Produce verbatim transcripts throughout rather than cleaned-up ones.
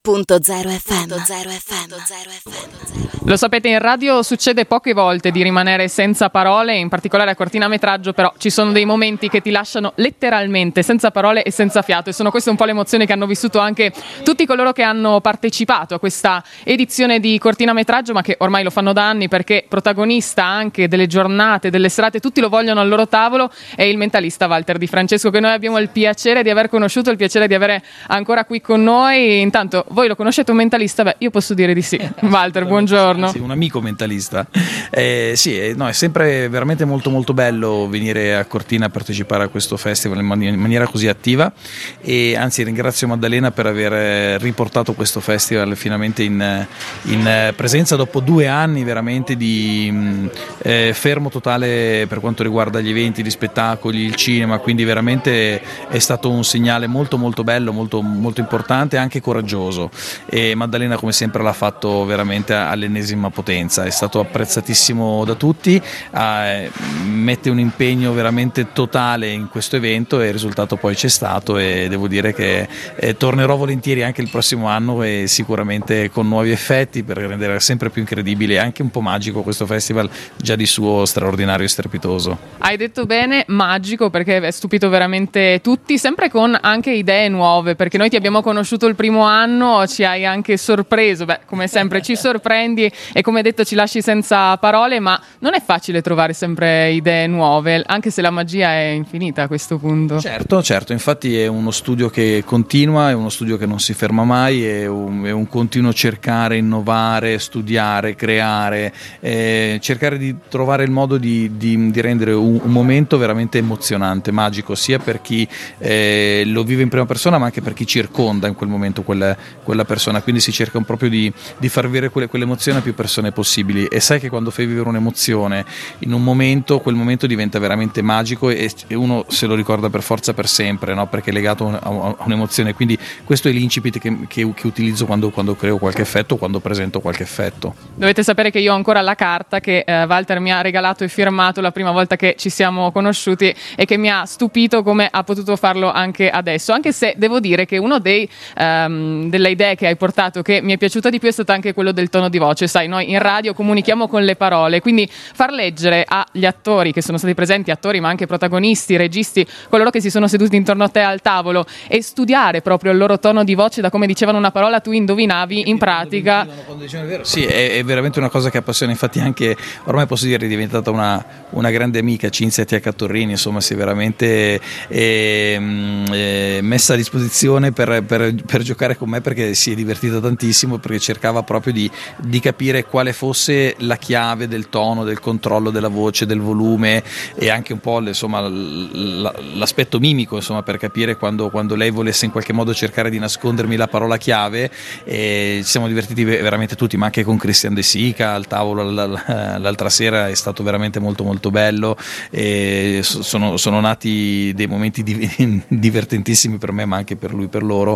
Punto zero F M. Lo sapete, in radio succede poche volte di rimanere senza parole, in particolare a cortinametraggio, però ci sono dei momenti che ti lasciano letteralmente senza parole e senza fiato, e sono queste un po' le emozioni che hanno vissuto anche tutti coloro che hanno partecipato a questa edizione di cortinametraggio, ma che ormai lo fanno da anni, perché protagonista anche delle giornate, delle serate, tutti lo vogliono al loro tavolo, è il mentalista Walter Di Francesco, che noi abbiamo il piacere di aver conosciuto, il piacere di avere ancora qui con noi. Intanto, voi lo conoscete un mentalista? Beh, io posso dire di sì. Walter, buongiorno. Sì, un amico mentalista. Eh, sì, no, è sempre veramente molto molto bello venire a Cortina a partecipare a questo festival in, man- in maniera così attiva, e anzi ringrazio Maddalena per aver riportato questo festival finalmente in, in presenza dopo due anni veramente di eh, fermo totale per quanto riguarda gli eventi, gli spettacoli, il cinema, quindi veramente è stato un segnale molto molto bello, molto, molto importante e anche coraggioso. E Maddalena come sempre l'ha fatto veramente all'ennesima potenza, è stato apprezzatissimo da tutti, eh, mette un impegno veramente totale in questo evento e il risultato poi c'è stato, e devo dire che eh, tornerò volentieri anche il prossimo anno, e sicuramente con nuovi effetti per rendere sempre più incredibile e anche un po' magico questo festival già di suo straordinario e strepitoso. Hai detto bene, magico, perché è stupito veramente tutti, sempre con anche idee nuove, perché noi ti abbiamo conosciuto il primo anno, ci hai anche sorpreso, beh, come sempre ci sorprendi e come detto ci lasci senza parole, ma non è facile trovare sempre idee nuove, anche se la magia è infinita a questo punto. Certo, certo, infatti è uno studio che continua, è uno studio che non si ferma mai, è un, è un continuo cercare, innovare, studiare, creare, eh, cercare di trovare il modo di, di, di rendere un, un momento veramente emozionante, magico, sia per chi eh, lo vive in prima persona, ma anche per chi circonda in quel momento quella, quella persona, quindi si cerca proprio di, di far vivere quelle, quell'emozione a più persone possibili, e sai che quando fai vivere un'emozione in un momento, quel momento diventa veramente magico e, e uno se lo ricorda per forza per sempre, no? Perché è legato a, a, a un'emozione, quindi questo è l'incipit che, che, che utilizzo quando, quando creo qualche effetto, quando presento qualche effetto. Dovete sapere che io ho ancora la carta che eh, Walter mi ha regalato e firmato la prima volta che ci siamo conosciuti, e che mi ha stupito come ha potuto farlo anche adesso, anche se devo dire che uno dei um, delle idee che hai portato che mi è piaciuta di più è stato anche quello del tono di voce. Sai, noi in radio comunichiamo con le parole, quindi far leggere agli attori che sono stati presenti, attori ma anche protagonisti, registi, coloro che si sono seduti intorno a te al tavolo, e studiare proprio il loro tono di voce, da come dicevano una parola tu indovinavi in pratica. Sì, è, è veramente una cosa che appassiona, infatti anche ormai posso dire è diventata una, una grande amica, Cinzia Tia Torrini, insomma si è veramente è, è messa a disposizione per, per, per giocare con me, perché si è divertita tantissimo, perché cercava proprio di, di capire quale fosse la chiave del tono, del controllo della voce, del volume, e anche un po' insomma, l'aspetto mimico, insomma, per capire quando, quando lei volesse in qualche modo cercare di nascondermi la parola chiave. E ci siamo divertiti veramente tutti, ma anche con Christian De Sica al tavolo l'altra sera è stato veramente molto molto bello, e sono, sono nati dei momenti divertentissimi per me, ma anche per lui, per loro,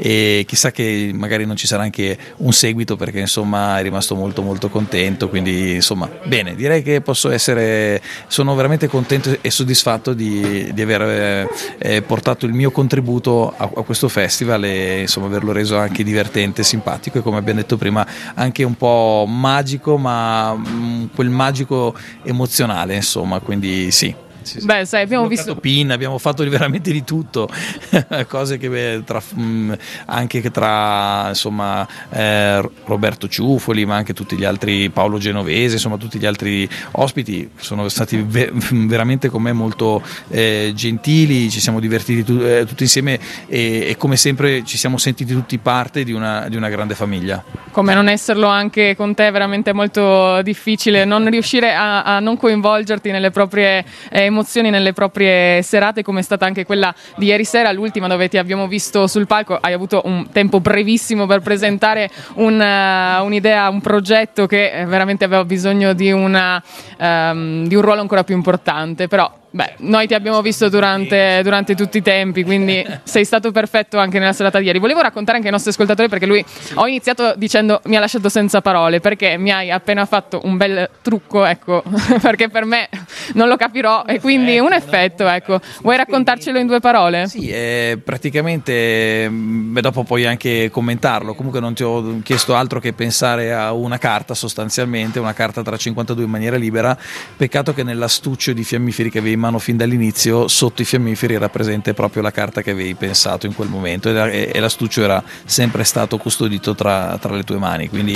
e chissà che magari non ci sarà anche un seguito, perché insomma è rimasto molto molto contento, quindi insomma bene, direi che posso essere, sono veramente contento e soddisfatto di, di aver eh, portato il mio contributo a, a questo festival, e insomma averlo reso anche divertente, simpatico e, come abbiamo detto prima, anche un po' magico, ma mh, quel magico emozionale, insomma, quindi sì. Sì, sì. Beh, sai, abbiamo visto pin, abbiamo fatto veramente di tutto, cose che beh, tra, mh, anche che tra insomma eh, Roberto Ciuffoli, ma anche tutti gli altri, Paolo Genovese, insomma tutti gli altri ospiti sono stati ve- veramente con me molto eh, gentili, ci siamo divertiti tu- eh, tutti insieme, e, e come sempre ci siamo sentiti tutti parte di una, di una grande famiglia. Come non esserlo anche con te, è veramente molto difficile non riuscire a, a non coinvolgerti nelle proprie eh, emozioni, nelle proprie serate, come è stata anche quella di ieri sera, l'ultima, dove ti abbiamo visto sul palco. Hai avuto un tempo brevissimo per presentare un, uh, un'idea, un progetto che veramente aveva bisogno di, una, um, di un ruolo ancora più importante, però Beh, noi ti abbiamo visto durante, durante tutti i tempi, quindi sei stato perfetto anche nella serata di ieri. Volevo raccontare anche ai nostri ascoltatori, perché lui, ho iniziato dicendo mi ha lasciato senza parole, perché mi hai appena fatto un bel trucco, ecco, perché per me non lo capirò, e quindi un effetto, ecco. Vuoi raccontarcelo in due parole? Sì, eh, praticamente, beh, dopo puoi anche commentarlo. Comunque non ti ho chiesto altro che pensare a una carta, sostanzialmente, una carta tra cinquantadue in maniera libera. Peccato che nell'astuccio di fiammiferi che avevi in mano fin dall'inizio, sotto i fiammiferi era presente proprio la carta che avevi pensato in quel momento, e, e l'astuccio era sempre stato custodito tra, tra le tue mani, quindi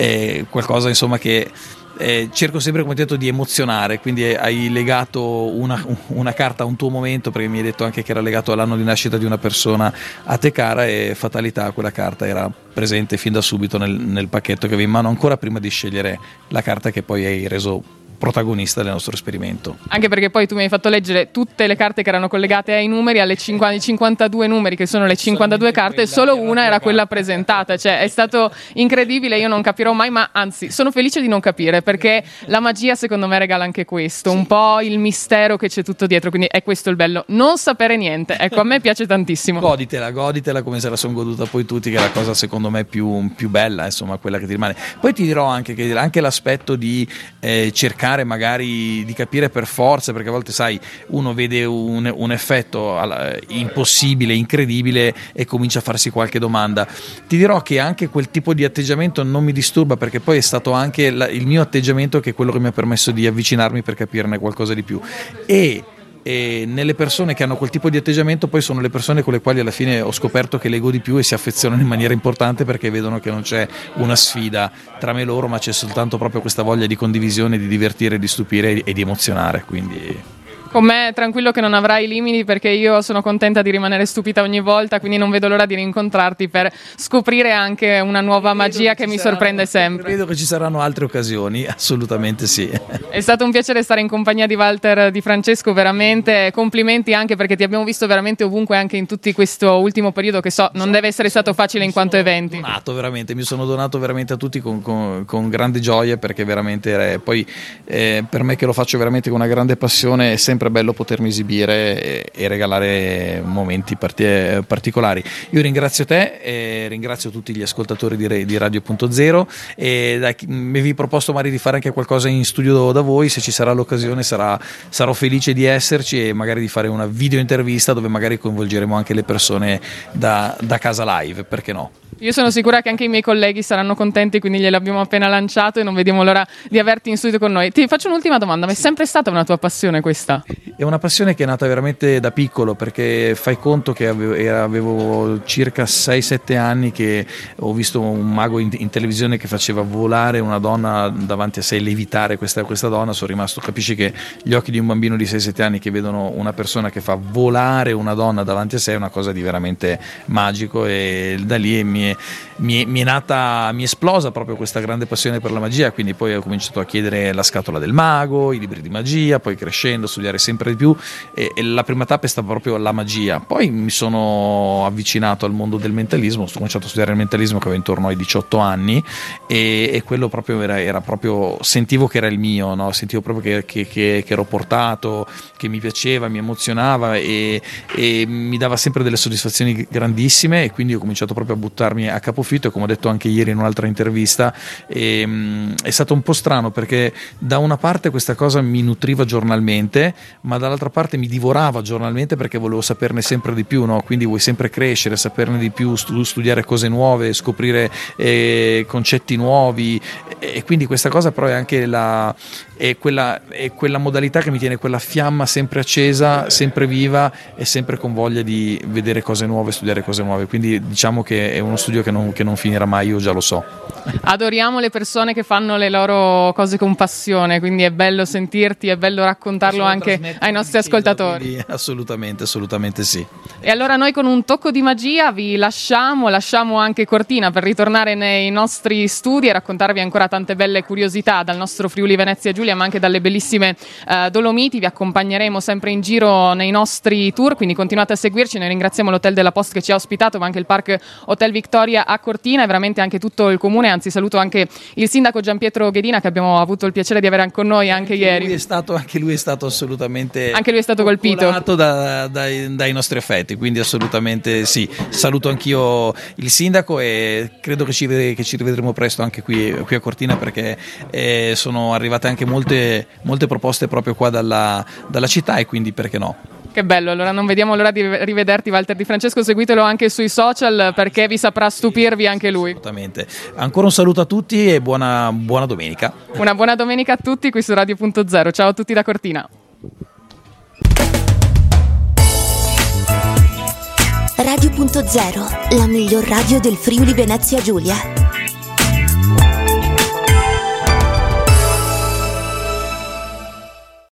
è qualcosa insomma che Eh, cerco sempre, come detto, di emozionare, quindi hai legato una, una carta a un tuo momento, perché mi hai detto anche che era legato all'anno di nascita di una persona a te cara, e fatalità, quella carta era presente fin da subito nel, nel pacchetto che avevi in mano, ancora prima di scegliere la carta che poi hai reso protagonista del nostro esperimento. Anche perché poi tu mi hai fatto leggere tutte le carte che erano collegate ai numeri, alle cinquanta, ai cinquantadue numeri che sono le cinquantadue carte, e solo una era quella presentata, cioè è stato incredibile. Io non capirò mai, ma anzi sono felice di non capire, perché la magia secondo me regala anche questo, un po' il mistero che c'è tutto dietro, quindi è questo il bello, non sapere niente. Ecco, a me piace tantissimo. Goditela, goditela come se la sono goduta poi tutti, che è la cosa secondo me più, più bella, insomma, quella che ti rimane. Poi ti dirò anche che anche l'aspetto di eh, cercare magari di capire per forza, perché a volte sai, uno vede un, un effetto impossibile, incredibile, e comincia a farsi qualche domanda. Ti dirò che anche quel tipo di atteggiamento non mi disturba, perché poi è stato anche la, il mio atteggiamento che è quello che mi ha permesso di avvicinarmi per capirne qualcosa di più. E E nelle persone che hanno quel tipo di atteggiamento poi sono le persone con le quali alla fine ho scoperto che leggo di più e si affezionano in maniera importante, perché vedono che non c'è una sfida tra me e loro, ma c'è soltanto proprio questa voglia di condivisione, di divertire, di stupire e di emozionare. Quindi con me tranquillo che non avrai limiti, perché io sono contenta di rimanere stupita ogni volta, quindi non vedo l'ora di rincontrarti per scoprire anche una nuova magia che, che mi sorprende sempre. Credo che ci saranno altre occasioni, assolutamente sì. È stato un piacere stare in compagnia di Walter Di Francesco, veramente complimenti, anche perché ti abbiamo visto veramente ovunque, anche in tutto questo ultimo periodo che so non deve essere stato facile in quanto eventi. Donato, veramente, mi sono donato veramente a tutti con, con, con grande gioia, perché veramente eh, poi eh, per me che lo faccio veramente con una grande passione, è sempre bello potermi esibire e, e regalare momenti parti- particolari. Io ringrazio te e ringrazio tutti gli ascoltatori di, di Radio Punto Zero, e dai, mi vi proposto magari di fare anche qualcosa in studio da voi, se ci sarà l'occasione sarà, sarò felice di esserci, e magari di fare una video intervista dove magari coinvolgeremo anche le persone da, da casa live, perché no? Io sono sicura che anche i miei colleghi saranno contenti, quindi gliel'abbiamo appena lanciato e non vediamo l'ora di averti in studio con noi. Ti faccio un'ultima domanda, ma è sempre stata una tua passione questa? È una passione che è nata veramente da piccolo, perché fai conto che avevo, avevo circa sei sette anni che ho visto un mago in, in televisione che faceva volare una donna davanti a sé, levitare questa, questa donna. Sono rimasto, capisci che gli occhi di un bambino di sei sette anni che vedono una persona che fa volare una donna davanti a sé è una cosa di veramente magico, e da lì mi è, mi è, mi è nata, mi è esplosa proprio questa grande passione per la magia. Quindi poi ho cominciato a chiedere la scatola del mago, i libri di magia, poi crescendo studiare sempre di più, e, e la prima tappa è stata proprio la magia. Poi mi sono avvicinato al mondo del mentalismo, ho cominciato a studiare il mentalismo che avevo intorno ai diciotto anni, e, e quello proprio era, era proprio, sentivo che era il mio, no? Sentivo proprio che, che, che, che ero portato, che mi piaceva, mi emozionava, e, e mi dava sempre delle soddisfazioni grandissime, e quindi ho cominciato proprio a buttarmi a capofitto, e come ho detto anche ieri in un'altra intervista, e, mh, è stato un po' strano, perché da una parte questa cosa mi nutriva giornalmente, ma dall'altra parte mi divorava giornalmente, perché volevo saperne sempre di più, no? Quindi vuoi sempre crescere, saperne di più, studiare cose nuove, scoprire eh, concetti nuovi, e quindi questa cosa però è anche la, è quella, è quella modalità che mi tiene quella fiamma sempre accesa, sempre viva, e sempre con voglia di vedere cose nuove, studiare cose nuove. Quindi diciamo che è uno studio che non, che non finirà mai, io già lo so. Adoriamo le persone che fanno le loro cose con passione, quindi è bello sentirti, è bello raccontarlo anche ai nostri ascoltatori. Quindi, assolutamente, assolutamente sì. E allora noi con un tocco di magia vi lasciamo, lasciamo anche Cortina per ritornare nei nostri studi e raccontarvi ancora tante belle curiosità dal nostro Friuli Venezia Giulia, ma anche dalle bellissime eh, Dolomiti. Vi accompagneremo sempre in giro nei nostri tour, quindi continuate a seguirci. Noi ringraziamo l'Hotel della Post che ci ha ospitato, ma anche il Park Hotel Victoria a Cortina, e veramente anche tutto il comune. Anzi, saluto anche il sindaco Gian Pietro Ghedina, che abbiamo avuto il piacere di avere con noi anche, anche ieri. Lui è stato, anche lui è stato assolutamente assolutamente anche lui è stato colpito da, dai, dai nostri affetti, quindi assolutamente sì. Saluto anch'io il sindaco e credo che ci, che ci rivedremo presto anche qui, qui a Cortina, perché eh, sono arrivate anche molte, molte proposte proprio qua dalla, dalla città, e quindi perché no. Che bello, allora non vediamo l'ora di rivederti Walter Di Francesco, seguitelo anche sui social perché vi saprà stupirvi anche lui. Assolutamente. Ancora un saluto a tutti e buona, buona domenica. Una buona domenica a tutti qui su Radio Punto Zero. Ciao a tutti da Cortina. Radio Punto Zero, la miglior radio del Friuli Venezia Giulia.